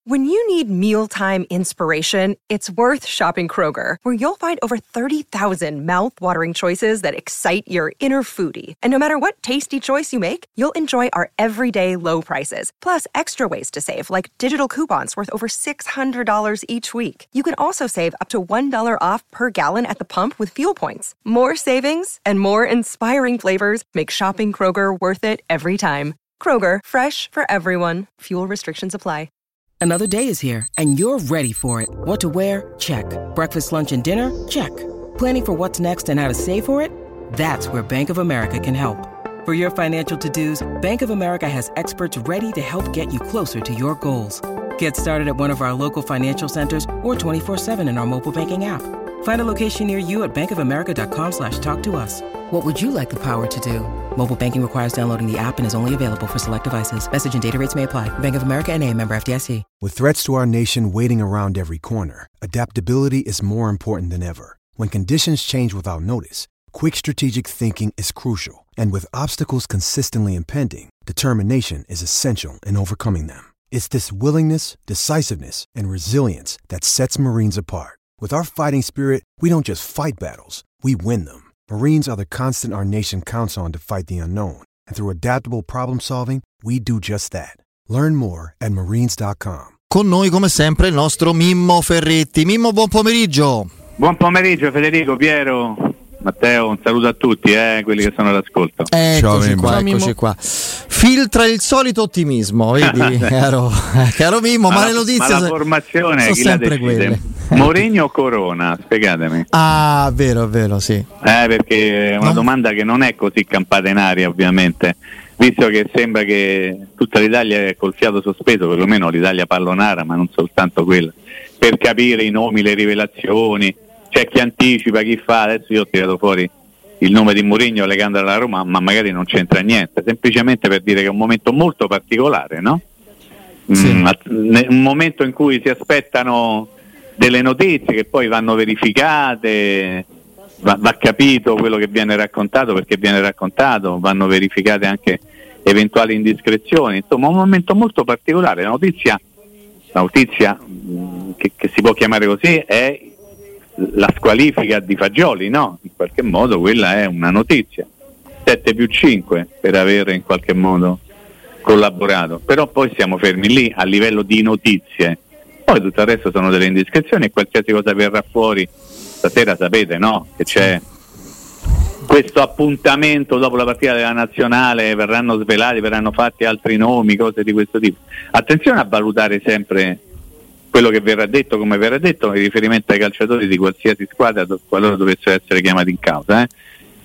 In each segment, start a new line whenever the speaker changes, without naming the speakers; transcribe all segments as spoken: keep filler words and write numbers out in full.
When you need mealtime inspiration, it's worth shopping Kroger, where you'll find over thirty thousand mouth-watering choices that excite your inner foodie. And no matter what tasty choice you make, you'll enjoy our everyday low prices, plus extra ways to save, like digital coupons worth over six hundred dollars each week. You can also save up to one dollar off per gallon at the pump with fuel points. More savings and more inspiring flavors make shopping Kroger worth it every time. Kroger, fresh for everyone. Fuel restrictions apply.
Another day is here, and you're ready for it. What to wear? Check. Breakfast, lunch, and dinner? Check. Planning for what's next and how to save for it? That's where Bank of America can help. For your financial to-dos, Bank of America has experts ready to help get you closer to your goals. Get started at one of our local financial centers or twenty-four seven in our mobile banking app. Find a location near you at bankofamerica.com slash talk to us. What would you like the power to do? Mobile banking requires downloading the app and is only available for select devices. Message and data rates may apply. Bank of America N A, member F D I C.
With threats to our nation waiting around every corner, adaptability is more important than ever. When conditions change without notice, quick strategic thinking is crucial. And with obstacles consistently impending, determination is essential in overcoming them. It's this willingness, decisiveness, and resilience that sets Marines apart. With our fighting spirit, we don't just fight battles, we win them. Marines are the constant our nation counts on to fight the unknown. And through adaptable problem solving, we do just that. Learn more at marines dot com.
Con noi come sempre il nostro Mimmo Ferretti. Mimmo, buon pomeriggio.
Buon pomeriggio Federico, Piero, Matteo, un saluto a tutti, eh, quelli che sono all'ascolto.
Eccoci
Ciao,
qua,
Mimmo.
eccoci qua. Filtra il solito ottimismo, vedi, caro, caro Mimmo, ma, ma le notizie
ma la formazione
sono
chi
sempre
la decide?
quelle.
Mourinho o Corona? Spiegatemi.
Ah, vero, vero, sì.
Eh, perché è una
no.
domanda che non è così campata in aria, ovviamente, visto che sembra che tutta l'Italia è col fiato sospeso, perlomeno l'Italia pallonara, ma non soltanto quella, per capire i nomi, le rivelazioni. C'è chi anticipa, chi fa. Adesso io ho tirato fuori il nome di Mourinho legando alla Roma, ma magari non c'entra niente, semplicemente per dire che è un momento molto particolare, no? Sì. Mm, un momento in cui si aspettano delle notizie che poi vanno verificate, va, va capito quello che viene raccontato perché viene raccontato, vanno verificate anche eventuali indiscrezioni, insomma un momento molto particolare. La notizia, la notizia mh, che, che si può chiamare così è la squalifica di Fagioli, no? In qualche modo quella è una notizia, sette più cinque per aver in qualche modo collaborato, però poi siamo fermi lì a livello di notizie, poi tutto il resto sono delle indiscrezioni e qualsiasi cosa verrà fuori stasera sapete, no? Che c'è questo appuntamento dopo la partita della nazionale, verranno svelati, verranno fatti altri nomi, cose di questo tipo. Attenzione a valutare sempre quello che verrà detto, come verrà detto, in riferimento ai calciatori di qualsiasi squadra qualora dovessero essere chiamati in causa, eh.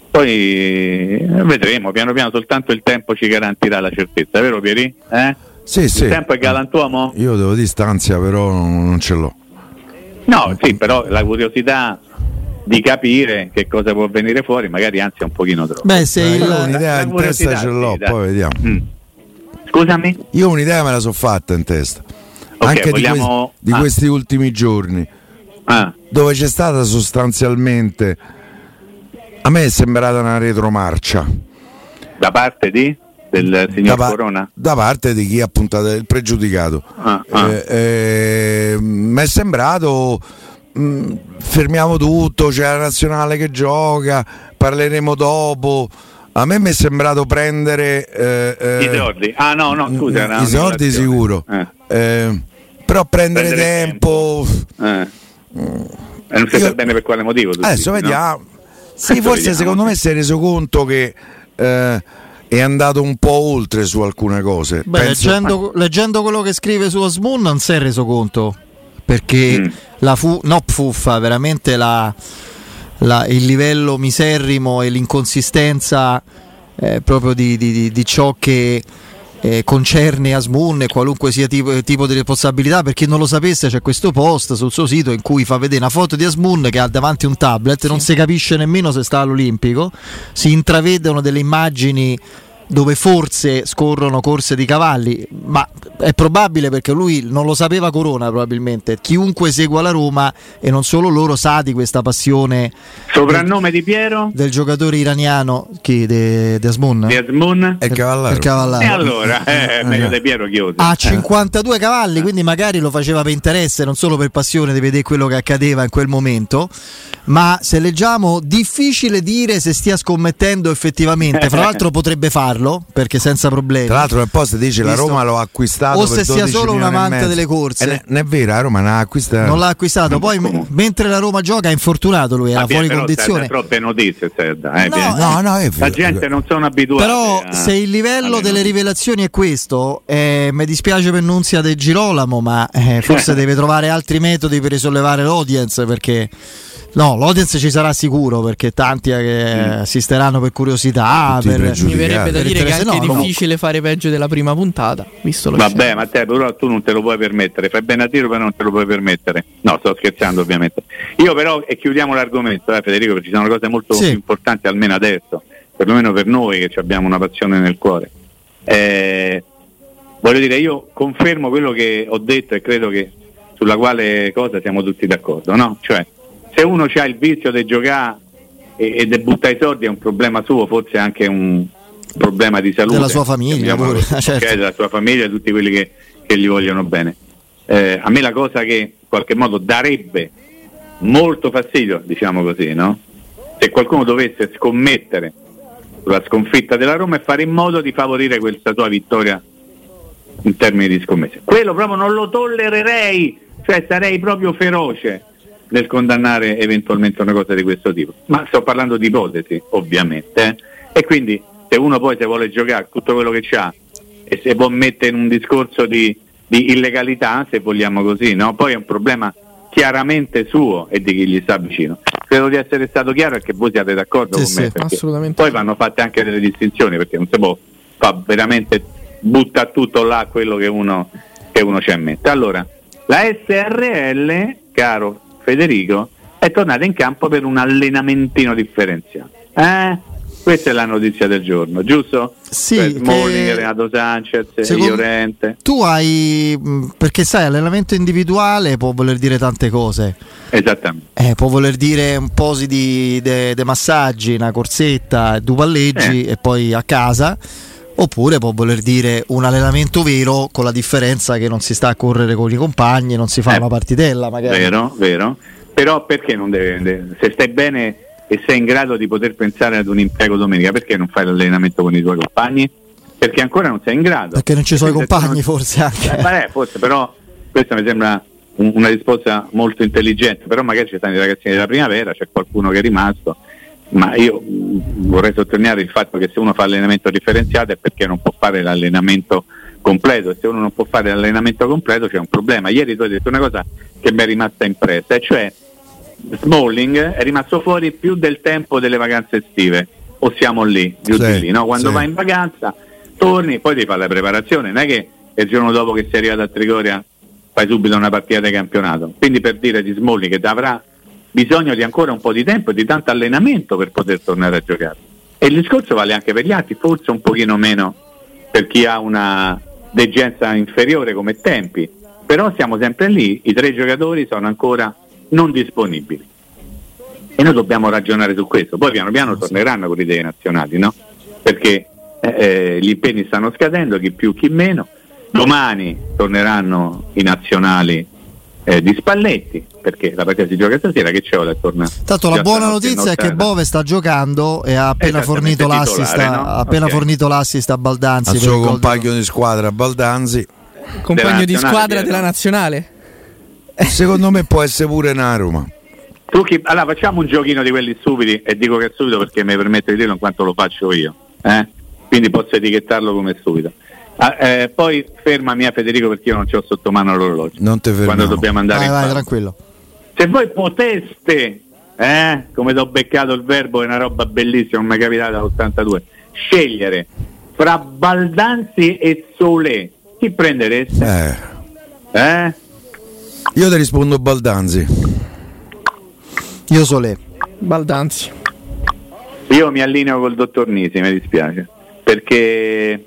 Poi vedremo, piano piano, soltanto il tempo ci garantirà la certezza, vero Pieri? Eh?
Sì,
il
sì.
Il tempo è galantuomo?
Io devo distanzia, però non ce l'ho.
No, sì, però la curiosità di capire che cosa può venire fuori, magari anzi è un pochino troppo.
Beh, se
eh,
il...
io un'idea in testa ce l'ho,
sì,
poi vediamo.
Mm. Scusami?
Io un'idea me la so fatta in testa.
Okay,
anche
vogliamo...
di, questi, di
ah.
questi ultimi giorni,
ah.
dove c'è stata sostanzialmente, a me è sembrata una retromarcia
da parte di del signor
da,
Corona,
da parte di chi ha puntato il pregiudicato.
ah, ah.
Eh, eh, mi è sembrato mh, fermiamo tutto, c'è la nazionale che gioca, parleremo dopo. A me mi è sembrato prendere eh, eh,
i sordi. Ah no, no, scusa,
i sordi sicuro. Eh. Eh, però prendere, prendere tempo,
tempo. Eh. E non si sa bene per quale motivo.
Adesso
dici,
vediamo.
No?
Sì,
adesso
forse
vediamo.
Secondo me si è reso conto che eh, è andato un po' oltre su alcune cose.
Beh,
Penso...
leggendo, leggendo quello che scrive su Asmoon non si è reso conto, perché mm. la fu, no, fuffa, veramente la, la, il livello miserrimo e l'inconsistenza eh, proprio di, di, di ciò che eh, concerne Asmoon e qualunque sia tipo, tipo di responsabilità. Per chi non lo sapesse, c'è questo post sul suo sito in cui fa vedere una foto di Asmoon che ha davanti un tablet, sì. Non si capisce nemmeno se sta all'Olimpico, si intravedono delle immagini dove forse scorrono corse di cavalli, ma è probabile perché lui non lo sapeva Corona probabilmente. Chiunque segua la Roma e non solo loro sa di questa passione.
Soprannome di Piero?
Del giocatore iraniano, chi? De, de Asmun?
Di Asmun?
È Cavallaro.
Il Cavallaro.
E allora, eh, meglio di Piero chiuso.
Ha cinquantadue cavalli, quindi magari lo faceva per interesse, non solo per passione di vedere quello che accadeva in quel momento. Ma se leggiamo, difficile dire se stia scommettendo effettivamente. Fra l'altro potrebbe farlo perché senza problemi.
Tra l'altro nel post dice
Visto,
la Roma lo ha acquistato
o se
per
sia solo un amante delle corse.
Eh, non è vero, la Roma non l'ha acquistato.
Non l'ha acquistato. Poi m- mentre la Roma gioca è infortunato, lui era
ah,
fuori
però
condizione.
Troppe notizie, Serda, eh,
no,
no, no, è vero.
La gente non sono abituati.
Però
a...
se il livello delle rivelazioni è questo, eh, mi dispiace per Nunzia De Girolamo, ma eh, forse deve trovare altri metodi per risollevare l'audience, perché no, l'audience ci sarà sicuro, perché tanti che mm. assisteranno per curiosità. Per,
mi verrebbe da dire che è anche
no,
difficile
no.
fare peggio della prima puntata, visto lo
Vabbè,
scena.
ma te però tu non te lo puoi permettere, fai bene a dirlo, però non te lo puoi permettere. No, sto scherzando ovviamente. Io però, e chiudiamo l'argomento, eh, Federico, perché ci sono cose molto
sì.
importanti almeno adesso, perlomeno per noi che abbiamo una passione nel cuore. Eh, voglio dire, io confermo quello che ho detto e credo che sulla quale cosa siamo tutti d'accordo, no? Cioè, se uno ha il vizio di giocare e, e di buttare i soldi è un problema suo, forse anche un problema di salute
della sua famiglia, pure, certo.
Okay, della sua famiglia e tutti quelli che, che gli vogliono bene. Eh, a me la cosa che in qualche modo darebbe molto fastidio, diciamo così, no? Se qualcuno dovesse scommettere sulla sconfitta della Roma e fare in modo di favorire questa sua vittoria in termini di scommesse, quello proprio non lo tollererei, cioè sarei proprio feroce nel condannare eventualmente una cosa di questo tipo, ma sto parlando di ipotesi ovviamente, eh? E quindi se uno poi se vuole giocare tutto quello che c'ha e se può mettere in un discorso di, di illegalità, se vogliamo così, no? Poi è un problema chiaramente suo e di chi gli sta vicino. Credo di essere stato chiaro e che voi siate d'accordo
sì,
con me,
sì,
perché
assolutamente.
poi vanno fatte anche delle distinzioni, perché non si può fa veramente butta tutto là quello che uno che uno ci ammette. Allora, la S R L, caro Federico, è tornata in campo per un allenamentino differenziato. Eh? Questa è la notizia del giorno, giusto?
Sì,
cioè, Smalling,
che...
Renato Sanchez,
Secondo...
Llorente.
Tu hai, perché sai, allenamento individuale può voler dire tante cose.
Esattamente.
Eh, può voler dire un po' di de, de massaggi, una corsetta, due palleggi eh. e poi a casa. Oppure può voler dire un allenamento vero, con la differenza che non si sta a correre con i compagni, non si fa
eh,
una partitella magari.
Vero, vero. Però perché non deve, se stai bene e sei in grado di poter pensare ad un impiego domenica, perché non fai l'allenamento con i tuoi compagni? Perché ancora non sei in grado.
Perché non ci sono i compagni,
non...
forse anche.
Eh, beh, forse, però questa mi sembra un, una risposta molto intelligente, però magari ci stanno i ragazzini della primavera, c'è qualcuno che è rimasto. Ma io vorrei sottolineare il fatto che se uno fa allenamento differenziato è perché non può fare l'allenamento completo, e se uno non può fare l'allenamento completo c'è un problema. Ieri tu hai detto una cosa che mi è rimasta impressa, e cioè Smalling è rimasto fuori più del tempo delle vacanze estive, o siamo lì, giù
sì,
di lì, no? Quando
sì.
vai in vacanza torni, poi ti fai la preparazione, non è che il giorno dopo che sei arrivato a Trigoria fai subito una partita di campionato. Quindi per dire di Smalling che avrà bisogno di ancora un po' di tempo e di tanto allenamento per poter tornare a giocare. E il discorso vale anche per gli altri, forse un pochino meno per chi ha una degenza inferiore come tempi, però siamo sempre lì, i tre giocatori sono ancora non disponibili e noi dobbiamo ragionare su questo. Poi piano piano torneranno con le idee nazionali, no? Perché eh, gli impegni stanno scadendo, chi più chi meno. Domani torneranno i nazionali eh, di Spalletti, perché la partita si gioca stasera, che c'è ora torna.
Tanto la buona notizia è che Bove sta giocando e ha appena fornito l'assist, titolare, no? ha appena okay. fornito l'assist a Baldanzi,
al suo compagno di squadra Baldanzi,
compagno di squadra della nazionale.
Secondo me può essere pure una Roma.
Tu chi... Allora facciamo un giochino di quelli stupidi, e dico che è stupido perché mi permette di dirlo in quanto lo faccio io, eh? Quindi posso etichettarlo come stupido. Ah, eh, poi fermami a Federico, perché io non c'ho sotto mano l'orologio.
Non te fermiamo.
Quando dobbiamo andare
vai,
in
vai, tranquillo.
Se voi poteste, eh, come t'ho beccato il verbo, è una roba bellissima, non mi è capitata dall'ottantadue, scegliere fra Baldanzi e Solé, chi prendereste?
Eh.
Eh?
Io ti rispondo Baldanzi.
Io Solé.
Baldanzi.
Io mi allineo col dottor Nisi, mi dispiace. perché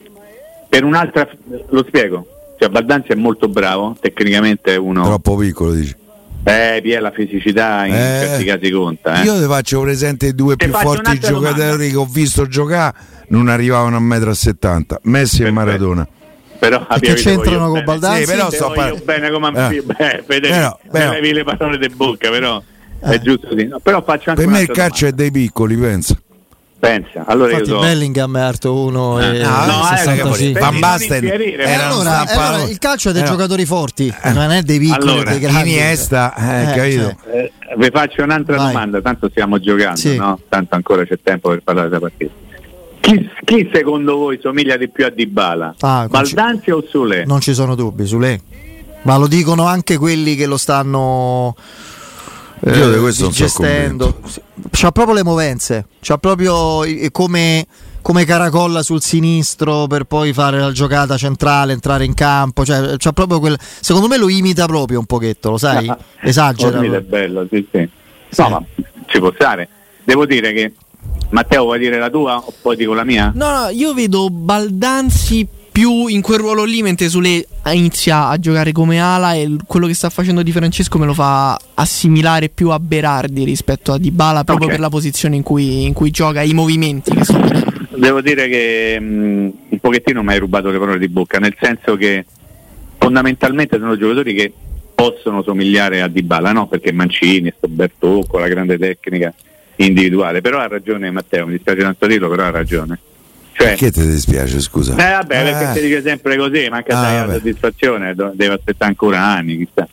per un'altra, lo spiego, cioè Baldanzi è molto bravo, tecnicamente è uno
troppo piccolo, dici.
Eh, Pia, la fisicità in
Eh,
certi casi conta. Eh.
Io ti faccio presente i due
Ti
più
faccio
forti
un'altra
giocatori
domanda.
che ho visto giocare, non arrivavano a un metro e settanta, Messi
Perfetto.
e Maradona.
Però
E che c'entrano con Baldanzi?
Sì, però
Te
sto
voglio
par-
bene come
Eh.
beh, Federico,
Però- però-
me levi le parole di bocca, però
Eh.
è giusto così. No, però faccio anche
Per me il
un'altra
calcio è dei piccoli, pensa.
domanda. Pensa, allora
Infatti
io so.
Bellingham è alto uno
Eh,
e
no,
no, eh,
sessantacinque.
Van
non
Basten
infierire,
E
era
però-
un
allora,
stampalo.
allora il calcio è dei
Eh, no.
giocatori forti, non è dei piccoli
Allora,
e dei grandi.
Iniesta, eh,
Eh,
capito?
cioè.
Eh, vi faccio un'altra
Vai.
domanda, tanto stiamo giocando,
Sì.
no? Tanto ancora c'è tempo per parlare della partita. Chi, chi secondo voi somiglia di più a Dybala?
Ah,
Baldanzi o Sule?
Non ci sono dubbi, Sule. Ma lo dicono anche quelli che lo stanno eh,
Io di questo non so
gestendo. C'ha proprio le movenze, c'ha proprio i- come, come caracolla sul sinistro per poi fare la giocata centrale, entrare in campo. Cioè, c'ha proprio quel. Secondo me lo imita proprio un pochetto, lo sai? Esagera.
Ormile è bello, sì, sì.
Sì.
No, ma ci può stare. Devo dire che Matteo, vuoi dire la tua o poi dico la mia?
No, no, io vedo Baldanzi più in quel ruolo lì, mentre Sule inizia a giocare come ala e il- quello che sta facendo Di Francesco me lo fa assimilare più a Berardi rispetto a Dybala, proprio
Ok.
per la posizione in cui, in cui gioca, i movimenti che sto vedendo.
Devo dire che mh, un pochettino mi hai rubato le parole di bocca, nel senso che fondamentalmente sono giocatori che possono somigliare a Dybala, no? Perché Mancini, sto Bertocco, la grande tecnica individuale, però ha ragione Matteo, mi dispiace tanto dirlo, però ha ragione. Cioè,
Che ti dispiace, scusa?
eh vabbè,
Eh.
perché ti dice sempre così, manca
Ah,
dai la
vabbè.
soddisfazione, do- deve aspettare ancora anni, chissà.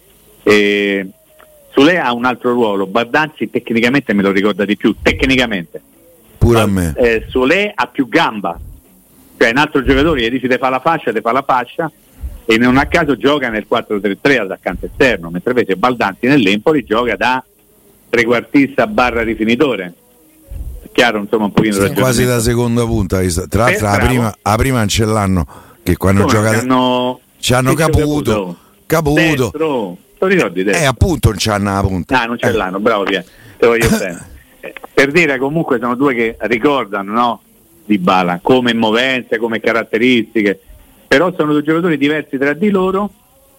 E Sule ha un altro ruolo, Baldanzi tecnicamente me lo ricorda di più, tecnicamente.
Pure a me.
Eh, Sule ha più gamba, cioè un altro giocatore gli dici te fa la fascia, te fa la fascia, e non a caso gioca nel quattro tre tre attaccante esterno, mentre invece Baldanzi nell'Empoli gioca da trequartista barra rifinitore. Chiaro, insomma, un pochino
Sì, quasi
ragionamento.
da seconda punta. hai visto? Tra l'altro,
Eh,
la
bravo.
prima, la prima non ce l'hanno. Che quando
Come,
gioca
ci hanno,
ci hanno
chi ci ha
Caputo. Caputo.
Destro, te lo ricordi
Eh,
destro?
appunto, non c'hanno la punta.
Ah, non ce
Eh.
l'hanno, bravo Pia, te voglio bene. Eh, Per dire, comunque sono due che ricordano, no? Dybala come movenze, come caratteristiche, però sono due giocatori diversi tra di loro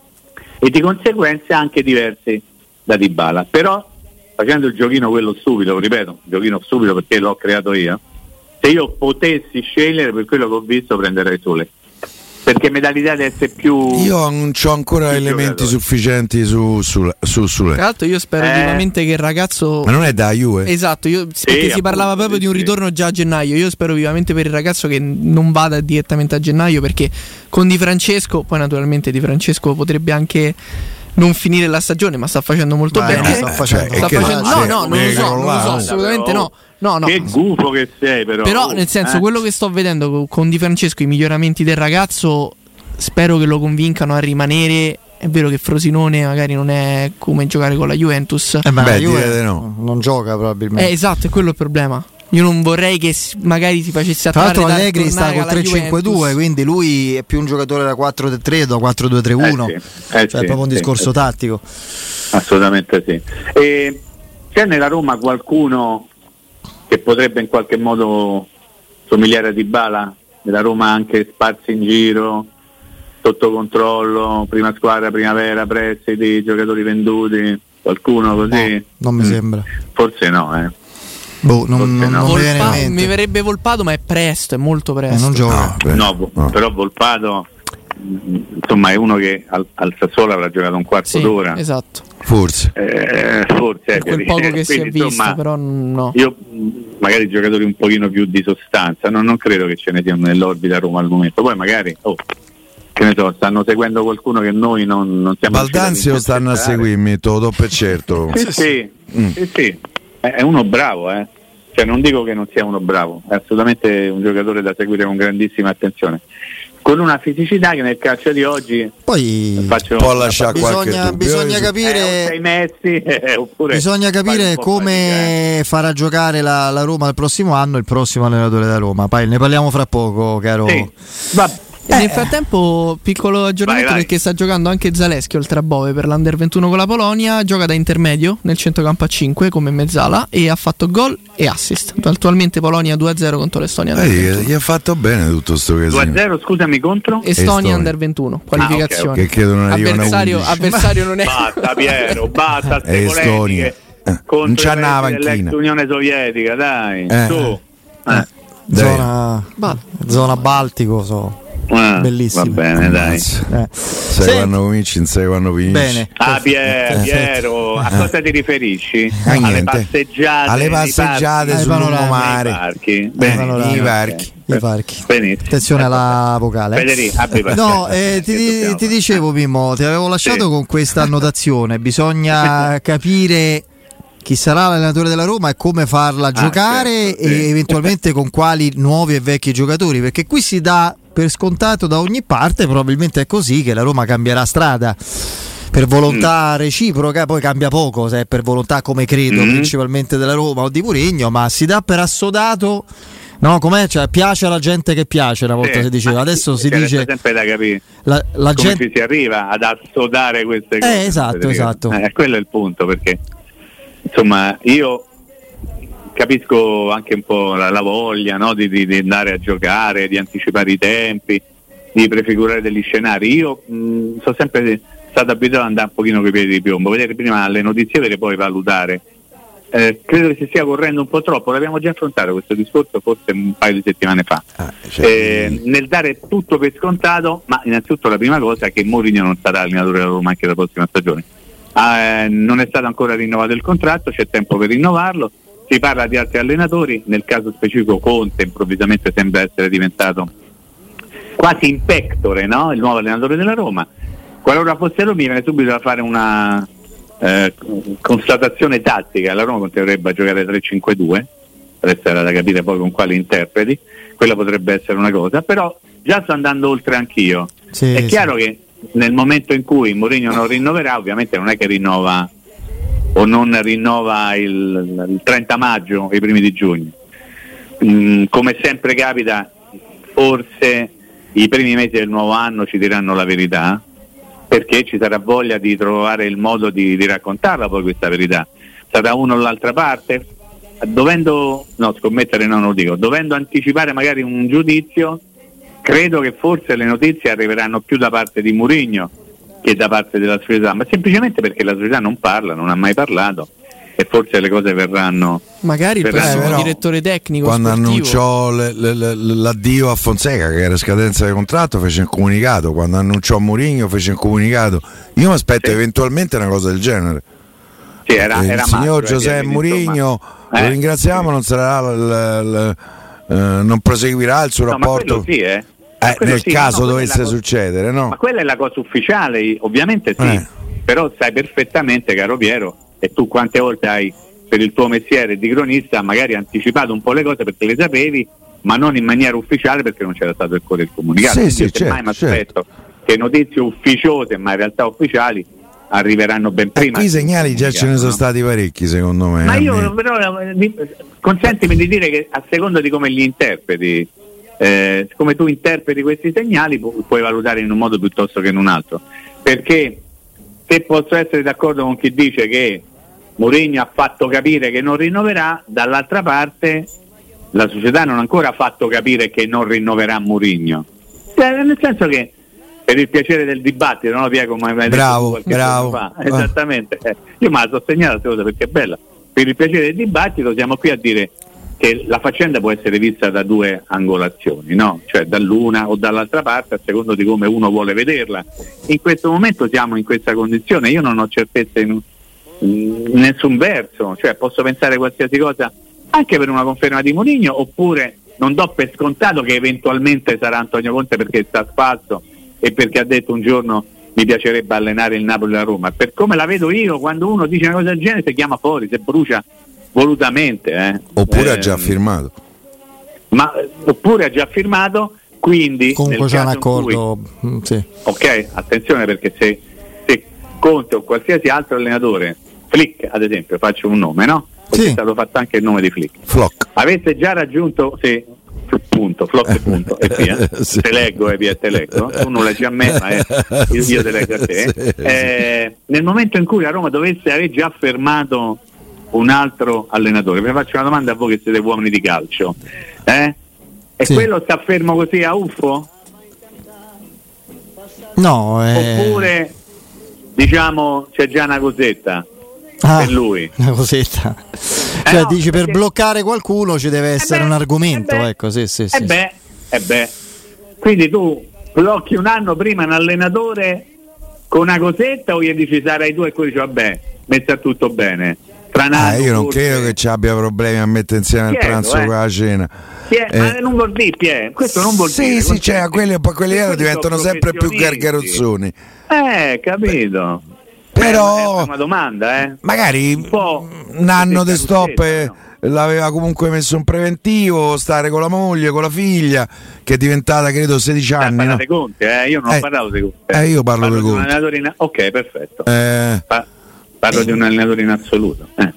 e di conseguenza anche diversi da Dybala. Però facendo il giochino quello stupido, ripeto, giochino stupido perché l'ho creato io, se io potessi scegliere, per quello che ho visto, prenderei Sule, perché mi dà l'idea di essere più...
Io non ho ancora
Più
elementi
giocatori.
sufficienti su, su, su, Sule.
Tra l'altro io spero
Eh.
vivamente che il ragazzo...
Ma non è da Juve?
Esatto, io, perché si
appunto,
parlava proprio
sì,
di un
sì.
ritorno già a gennaio. Io spero vivamente per il ragazzo che non vada direttamente a gennaio, perché con Di Francesco, poi naturalmente Di Francesco potrebbe anche non finire la stagione, ma sta facendo molto
Vai,
bene.
no, sta facendo-
cioè,
Sta
è che-
facendo-
cioè,
no, no, non lo
mica
so, non lo so,
crollato.
assolutamente no. No, no.
Che gufo che sei, però.
Però nel senso,
Eh?
quello che sto vedendo co- con Di Francesco, i miglioramenti del ragazzo, spero che lo convincano a rimanere. È vero che Frosinone magari non è come giocare con la Juventus.
Eh, ma
Beh,
la Juve
direi di no.
non gioca probabilmente.
Eh, esatto, è quello il problema. Io non vorrei che si- magari si facesse
Tra
attrarre
l'altro
da
Allegri sta
tornare
col
alla
tre cinque due,
Juventus.
quindi lui è più un giocatore da quattro tre tre da quattro due tre uno.
Eh sì, eh
cioè
sì,
è proprio un
sì,
discorso
sì.
tattico.
Assolutamente sì. E c'è nella Roma qualcuno che potrebbe in qualche modo somigliare a Dybala? Nella Roma anche sparsi in giro, sotto controllo, prima squadra, primavera, prestiti, giocatori venduti, qualcuno così?
No, non mi
Mm.
sembra.
Forse no, eh.
Boh, non,
Forse
non-
no.
non mi viene in
Volpa-
mente.
mi verrebbe Volpato, ma è presto, è molto
Eh,
presto.
non gioca.
beh,
No, vo-
no.
però Volpato mh, insomma è uno che al, al Sassuolo avrà giocato un quarto
Sì,
d'ora.
esatto.
Forse.
Eh, forse
Per
eh,
quel
quindi-
poco che si è
quindi,
visto,
insomma,
però no.
io mh, magari giocatori un pochino più di sostanza, no, non credo che ce ne siano nell'orbita a Roma al momento. Poi magari oh, che ne so, stanno seguendo qualcuno che noi non, non siamo
Baldanzi lo stanno a
intercettare.
seguirmi, te lo do per certo.
Sì, sì,
Mm.
sì, sì. È, è uno bravo, eh. Cioè non dico che non sia uno bravo, è assolutamente un giocatore da seguire con grandissima attenzione. Con una fisicità che nel calcio di oggi
Poi
faccio
Può lasciare qualche
bisogna,
dubbio.
bisogna
Io-
capire
eh, o sei Messi eh, oppure
Bisogna
fai
capire
un po'
come
fatica, eh.
farà giocare la, la Roma il prossimo anno il prossimo allenatore da Roma. Poi ne parliamo fra poco, caro.
Sì. Va-
E nel frattempo, piccolo aggiornamento, vai, vai. perché sta giocando anche Zaleschi oltre a Bove per l'Under ventuno con la Polonia. Gioca da intermedio nel centrocampo a cinque come mezzala e ha fatto gol e assist. Attualmente Polonia due a zero contro l'Estonia.
Eh, gli ha fatto bene tutto sto casino.
due a zero, scusami, contro
Estonia, Estonia. Under ventuno, qualificazione.
Ah, okay, okay. Che credo non
avversario, avversario non è.
Basta Piero, basta ste polemiche contro
non c'ha una
l'ex Unione Sovietica, dai.
Eh.
Su.
Eh.
Eh.
Zona, ba- zona Baltico, so.
Ah,
bellissimo.
Va bene, dai.
Eh.
Sai
Sì.
quando cominci, non sai quando finisci.
Bene.
Ah, Pier, Piero, a cosa ti riferisci?
Ah,
alle
niente.
passeggiate,
alle passeggiate sul lungomare,
nei parchi.
Bene, i parchi.
I parchi.
Benissimo.
Attenzione alla vocale.
Federico, abbi
no, eh, ti, ti dicevo Mimmo, ti avevo lasciato
sì.
con questa annotazione. Bisogna capire chi sarà l'allenatore della Roma e come farla
ah,
giocare
certo, sì.
e eventualmente con quali nuovi e vecchi giocatori, perché qui si dà per scontato da ogni parte, probabilmente è così, che la Roma cambierà strada per volontà mm. reciproca, poi cambia poco se è per volontà, come credo, mm. principalmente della Roma o di Mourinho, ma si dà per assodato. No, com'è? Cioè, piace alla gente che piace, una volta
sì,
si diceva, adesso si dice
sempre da capire
la, la
come
gente...
ci si arriva ad assodare queste cose.
Eh, esatto, esatto.
Eh, quello è il punto, perché insomma io capisco anche un po' la, la voglia, no? di, di, di andare a giocare, di anticipare i tempi, di prefigurare degli scenari. Io mh, sono sempre stato abituato ad andare un pochino coi piedi di piombo, vedere prima le notizie vere e poi valutare. Eh, credo che si stia correndo un po' troppo, l'abbiamo già affrontato questo discorso forse un paio di settimane fa,
ah, cioè,
eh, nel dare tutto per scontato, ma innanzitutto la prima cosa è che Mourinho non sarà allenatore della Roma anche la prossima stagione. Eh, non è stato ancora rinnovato il contratto, c'è tempo per rinnovarlo, si parla di altri allenatori, nel caso specifico Conte improvvisamente sembra essere diventato quasi in pectore, no? Il nuovo allenatore della Roma. Qualora fosse lui mi viene subito da fare una eh, constatazione tattica, la Roma continuerebbe a giocare tre cinque due, adesso era da capire poi con quali interpreti, quella potrebbe essere una cosa, però già sto andando oltre anch'io.
Sì,
è chiaro
sì.
che nel momento in cui Mourinho non rinnoverà, ovviamente non è che rinnova o non rinnova il, il trenta maggio, i primi di giugno. Mm, come sempre capita, forse i primi mesi del nuovo anno ci diranno la verità, perché ci sarà voglia di trovare il modo di, di raccontarla poi questa verità. Sarà uno o l'altra parte, dovendo, no scommettere no, non lo dico, dovendo anticipare magari un giudizio, credo che forse le notizie arriveranno più da parte di Mourinho che da parte della società, ma semplicemente perché la società non parla, non ha mai parlato e forse le cose verranno.
Magari il
verranno.
prossimo
Eh, però,
direttore tecnico
quando
sportivo.
annunciò le, le, le, l'addio a Fonseca, che era scadenza di contratto, fece un comunicato. Quando annunciò Mourinho fece un comunicato. Io mi aspetto
sì.
eventualmente una cosa del genere.
Sì, era,
Eh,
era
il signor
maggio,
Giuseppe
eh,
Mourinho
insomma.
lo
Eh,
ringraziamo,
sì.
non sarà l, l, l, eh, non proseguirà il suo
no,
rapporto.
Ma quello sì, eh.
Eh,
quello
nel
sì,
caso
no, no,
dovesse
cosa,
succedere, no?
Ma quella è la cosa ufficiale, ovviamente sì,
Eh.
però sai perfettamente, caro Piero, e tu quante volte hai per il tuo mestiere di cronista magari anticipato un po' le cose perché le sapevi, ma non in maniera ufficiale perché non c'era stato ancora il comunicato.
Sì,
Quindi
sì,
io
certo,
mai mi aspetto che notizie ufficiose, ma in realtà ufficiali, arriveranno ben prima.
Eh, qui segnali già ce ne sono
no?
stati parecchi, secondo me.
Ma io
almeno.
però di- consentimi di dire che a seconda di come li interpreti, eh, come tu interpreti questi segnali, pu- puoi valutare in un modo piuttosto che in un altro. Perché se posso essere d'accordo con chi dice che Mourinho ha fatto capire che non rinnoverà, dall'altra parte la società non ha ancora fatto capire che non rinnoverà Mourinho. Cioè, nel senso che per il piacere del dibattito, no Piero, come hai detto
Bravo,
tu qualche
bravo.
giorno fa. Esattamente. Eh, io me la so segnata questa cosa perché è bella. Per il piacere del dibattito siamo qui a dire che la faccenda può essere vista da due angolazioni, no? Cioè dall'una o dall'altra parte, a secondo di come uno vuole vederla. In questo momento siamo in questa condizione, io non ho certezze in, in nessun verso, cioè posso pensare qualsiasi cosa anche per una conferma di Mourinho, oppure non do per scontato che eventualmente sarà Antonio Conte perché sta a spasso e perché ha detto un giorno mi piacerebbe allenare il Napoli e la Roma. Per come la vedo io, quando uno dice una cosa del genere si chiama fuori, si brucia volutamente. Eh.
Oppure
eh,
ha già firmato.
Ma, oppure ha già firmato, quindi
comunque
nel
c'è un
caso in
accordo.
cui,
mm, sì.
ok, attenzione, perché se, se Conte o qualsiasi altro allenatore, Flick ad esempio, faccio un nome, no? Perché
Sì.
è stato fatto anche il nome di Flick,
Flock.
avesse già raggiunto, sì, punto, flop punto, e via. Sì. Te leggo e via te leggo, tu non leggi a me, ma è, io, io te leggo a te. Sì, eh, sì. Nel momento in cui la Roma dovesse aver già fermato un altro allenatore, vi faccio una domanda a voi che siete uomini di calcio, eh? E sì. quello sta fermo così a uffo?
No, eh...
oppure diciamo c'è già una cosetta
ah,
per lui,
una cosetta, cioè eh no, dici perché... per bloccare qualcuno ci deve essere eh beh, un argomento, eh beh, ecco, sì, sì,
eh
sì,
beh, eh beh. Quindi tu blocchi un anno prima un allenatore con una cosetta, o gli dici sarai tu e poi dici vabbè, metta tutto bene.
Ah, io non forse... credo che ci abbia problemi a mettere insieme il pranzo eh. con la cena.
Pie, eh. Ma non vuol dire Pie, questo non vuol
sì,
dire.
Sì, sì, cioè, quelli, quelli diventano sempre più gargarozzoni.
Eh, capito.
Però
è una domanda, eh.
Magari un, po un anno di stop no? L'aveva comunque messo un preventivo, stare con la moglie, con la figlia, che è diventata credo sedici anni.
No?
No?
Conti, eh? Io non
eh,
ho parlato di Conti.
Eh, io parlo, parlo di
Conti. In... Ok, perfetto.
Eh,
pa- parlo eh. di un allenatore in assoluto. Eh.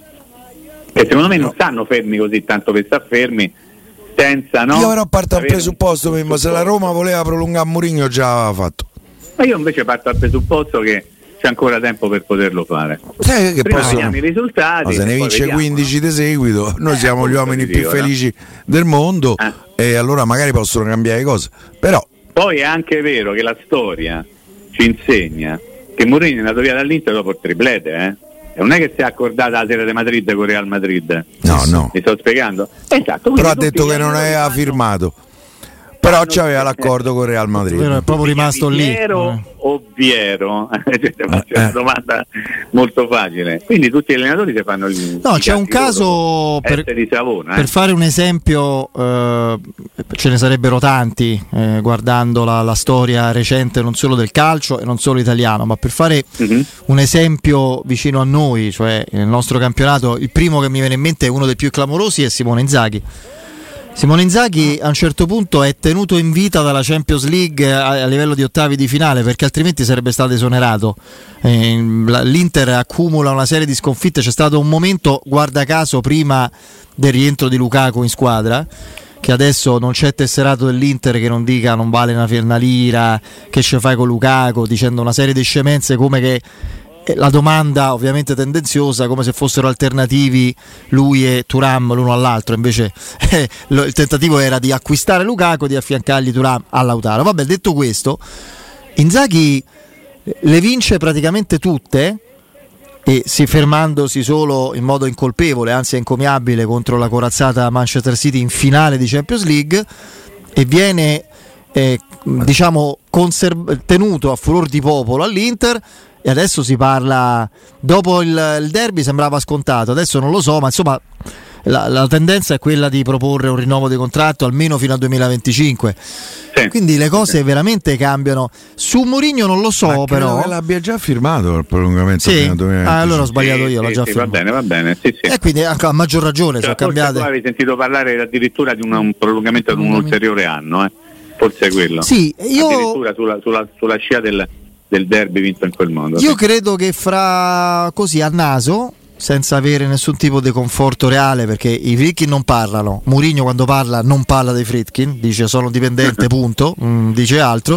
E secondo me non stanno fermi così tanto per star fermi senza, no?
Io però parto dal presupposto mismo, se la Roma voleva prolungare Mourinho già aveva fatto.
Ma io invece parto dal presupposto che c'è ancora tempo per poterlo fare.
Sai che
prima
possono...
vediamo i risultati.
No, se ne vince
vediamo,
quindici
no?
di seguito, noi eh, siamo gli uomini più felici no? del mondo eh. e allora magari possono cambiare cose. Però
poi è anche vero che la storia ci insegna che Mourinho è andato via dall'Inter dopo il triplete, eh? E non è che si è accordata la sera di Madrid con Real Madrid.
No, no.
Mi sto spiegando? Esatto.
Però ha detto che non aveva firmato. Però c'aveva l'accordo con Real Madrid.
È proprio rimasto lì.
Vero eh. o Viero? Cioè, faccio una domanda molto facile. Quindi tutti gli allenatori si fanno il.
No, c'è un caso per,
di Savona,
per
eh.
fare un esempio, eh, ce ne sarebbero tanti, eh, guardando la, la storia recente non solo del calcio e non solo italiano, ma per fare mm-hmm. un esempio vicino a noi, cioè nel nostro campionato, il primo che mi viene in mente è uno dei più clamorosi, è Simone Inzaghi. Simone Inzaghi a un certo punto è tenuto in vita dalla Champions League a, a livello di ottavi di finale, perché altrimenti sarebbe stato esonerato. Eh, L'Inter accumula una serie di sconfitte, c'è stato un momento, guarda caso, prima del rientro di Lukaku in squadra, che adesso non c'è tesserato dell'Inter che non dica non vale una, una lira, che ce fai con Lukaku, dicendo una serie di scemenze come che la domanda ovviamente tendenziosa, come se fossero alternativi lui e Thuram l'uno all'altro, invece eh, lo, il tentativo era di acquistare Lukaku, di affiancargli Thuram a Lautaro. Vabbè, detto questo, Inzaghi le vince praticamente tutte e si fermandosi solo in modo incolpevole, anzi encomiabile, contro la corazzata Manchester City in finale di Champions League, e viene eh, diciamo conserv- tenuto a furor di popolo all'Inter. E adesso si parla, dopo il, il derby sembrava scontato, adesso non lo so, ma insomma la, la tendenza è quella di proporre un rinnovo di contratto almeno fino al duemilaventicinque. Sì. Quindi le cose sì. veramente cambiano. Su Mourinho non lo so, ma però
che l'abbia già firmato il prolungamento
sì.
fino al duemilaventicinque.
Ah, allora ho sbagliato io,
sì,
l'ho già
sì,
firmato.
Va bene, va bene. Sì, sì.
E quindi anche a maggior ragione
cioè,
sono cambiate.
Tu avevi sentito parlare addirittura di una, un prolungamento di un ulteriore anno, eh? Forse è quello.
Sì, io
addirittura sulla, sulla, sulla scia del del derby vinto in quel modo.
Io credo che fra così a naso, senza avere nessun tipo di conforto reale, perché i Friedkin non parlano, Mourinho quando parla non parla dei Friedkin, dice sono dipendente punto, non dice altro,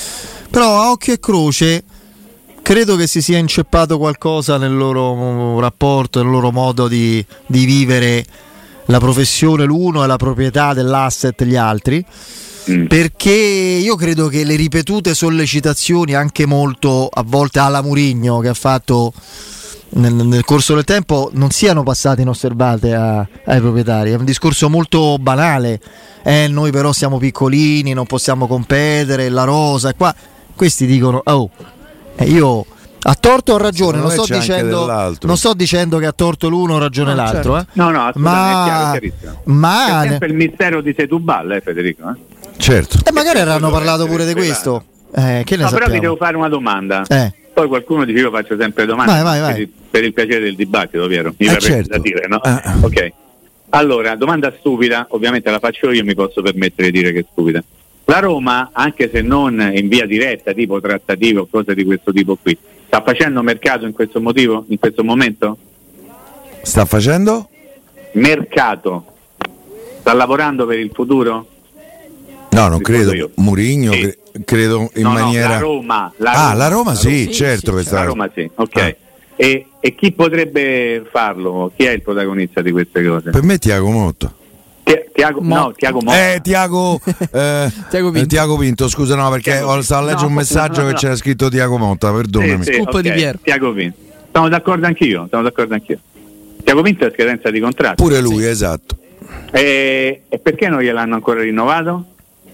però a occhio e croce credo che si sia inceppato qualcosa nel loro rapporto, nel loro modo di, di vivere la professione l'uno e la proprietà dell'asset gli altri. Perché io credo che le ripetute sollecitazioni, anche molto a volte alla Mourinho, che ha fatto nel, nel corso del tempo, non siano passate inosservate a, ai proprietari. È un discorso molto banale, eh, noi però siamo piccolini, non possiamo competere, la rosa, e qua questi dicono oh, eh, io a torto o a ragione, non sto, dicendo, non sto dicendo che ha torto l'uno o ragione no, l'altro, certo.
eh. no no
ma,
è chiaro,
ma
è sempre il mistero di Setúbal, eh, Federico, eh?
Certo.
E magari avranno parlato pure di questo. Eh, che ne
no,
sappiamo?
Però vi devo fare una domanda.
Eh.
Poi qualcuno dice io faccio sempre domande
vai, vai, vai.
Per, il, per il piacere del dibattito, Piero. Mi
eh,
verrebbe
certo.
da dire, no?
Eh.
Ok. Allora, domanda stupida, ovviamente la faccio io, mi posso permettere di dire che è stupida. La Roma, anche se non in via diretta, tipo trattative o cose di questo tipo qui, sta facendo mercato in questo motivo, in questo momento?
Sta facendo?
Mercato. Sta lavorando per il futuro?
No, non credo. Mourinho sì. cre- credo in
no,
maniera.
No, la Roma. La Roma
ah, la Roma, la
sì,
Roma. certo.
Sì,
questa...
La Roma sì, ok.
Ah.
E, e chi potrebbe farlo? Chi è il protagonista di queste cose?
Per me Tiago Motta.
Tiago, no, Tiago Motta.
Eh, Tiago, eh, Tiago, Pinto. Eh, Tiago Pinto, scusa, no, perché Tiago, stavo a leggere no, un messaggio no, no, che no. c'era scritto Tiago Motta, perdonami.
Sì, sì, okay. di Piero. Tiago Pinto. Sono d'accordo anch'io, sono d'accordo anch'io. Tiago Pinto è scadenza di contratto.
Pure lui, sì. esatto.
E, e perché non gliel'hanno ancora rinnovato?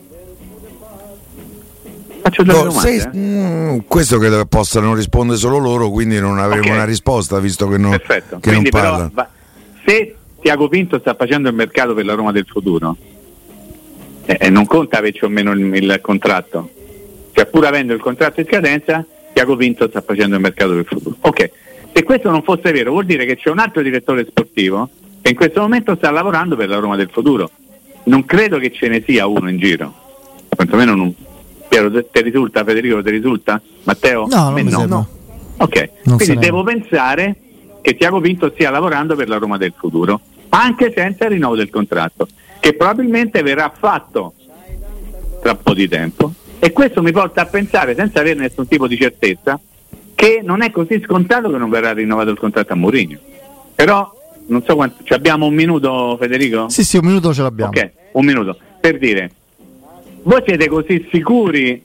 Faccio due
no,
domande.
Se, mh, questo credo che possano rispondere solo loro, quindi non avremo okay. una risposta, visto che, non,
Perfetto.
che
quindi
non
però,
parla.
Va, se Tiago Pinto sta facendo il mercato per la Roma del futuro e eh, non conta averci o meno il, il contratto, cioè pur avendo il contratto in scadenza Tiago Pinto sta facendo il mercato del futuro. Ok, se questo non fosse vero vuol dire che c'è un altro direttore sportivo che in questo momento sta lavorando per la Roma del futuro. Non credo che ce ne sia uno in giro, quantomeno non. Piero, ti risulta? Federico, ti risulta? Matteo?
No, non mi
no.
no.
Ok, non quindi devo pensare che Tiago Pinto stia lavorando per la Roma del futuro, anche senza il rinnovo del contratto, che probabilmente verrà fatto tra un po' di tempo, e questo mi porta a pensare, senza avere nessun tipo di certezza, che non è così scontato che non verrà rinnovato il contratto a Mourinho. Però non so quanto, cioè abbiamo un minuto, Federico?
Sì, sì, un minuto ce l'abbiamo.
Ok, un minuto per dire, voi siete così sicuri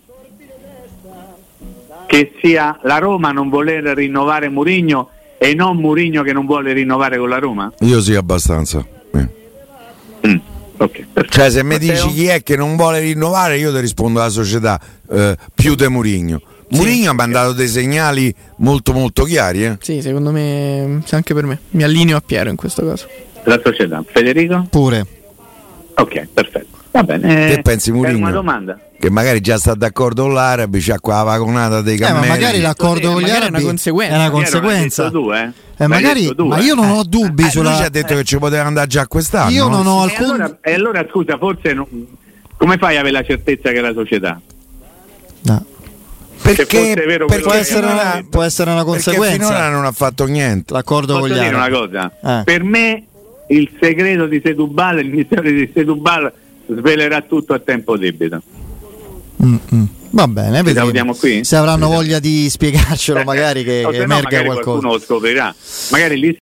che sia la Roma non voler rinnovare Mourinho e non Mourinho che non vuole rinnovare con la Roma?
Io sì, abbastanza. Eh.
Mm, okay,
cioè, se mi
Matteo?
dici chi è che non vuole rinnovare, io ti rispondo alla società, eh, più di Mourinho. Sì. Mourinho ha mandato dei segnali molto molto chiari. Eh?
Sì, secondo me, anche per me. Mi allineo a Piero in questo caso.
La società. Federico?
Pure.
Ok, perfetto. Va bene.
Che pensi Mourinho?
Una domanda.
Che magari già sta d'accordo con l'Arabi, c'ha qua la vagonata dei cammelli.
Eh, ma magari l'accordo
sì,
con gli
arabi
è una conseguenza. È una conseguenza.
Tu, eh?
Eh, magari,
tu,
ma
eh?
io non ho dubbi
eh,
sulla.
Lui ci ha detto eh. che ci poteva andare già quest'anno.
Io non ho alcun.
E allora, e allora scusa, forse non... come fai a avere la certezza che è la società?
No.
Perché,
vero
perché
può, essere una, può essere una conseguenza.
Perché finora non ha fatto niente.
L'accordo
Posso
con gli
dire
arabi.
una cosa?
Eh.
Per me il segreto di Setúbal, il mistero di Setúbal svelerà tutto a tempo debito.
Mm-mm. Va bene, vediamo
qui.
Se avranno voglia di spiegarcelo, magari che,
o
che
no,
emerga
magari
qualcosa.
Qualcuno lo scoprirà. Magari lì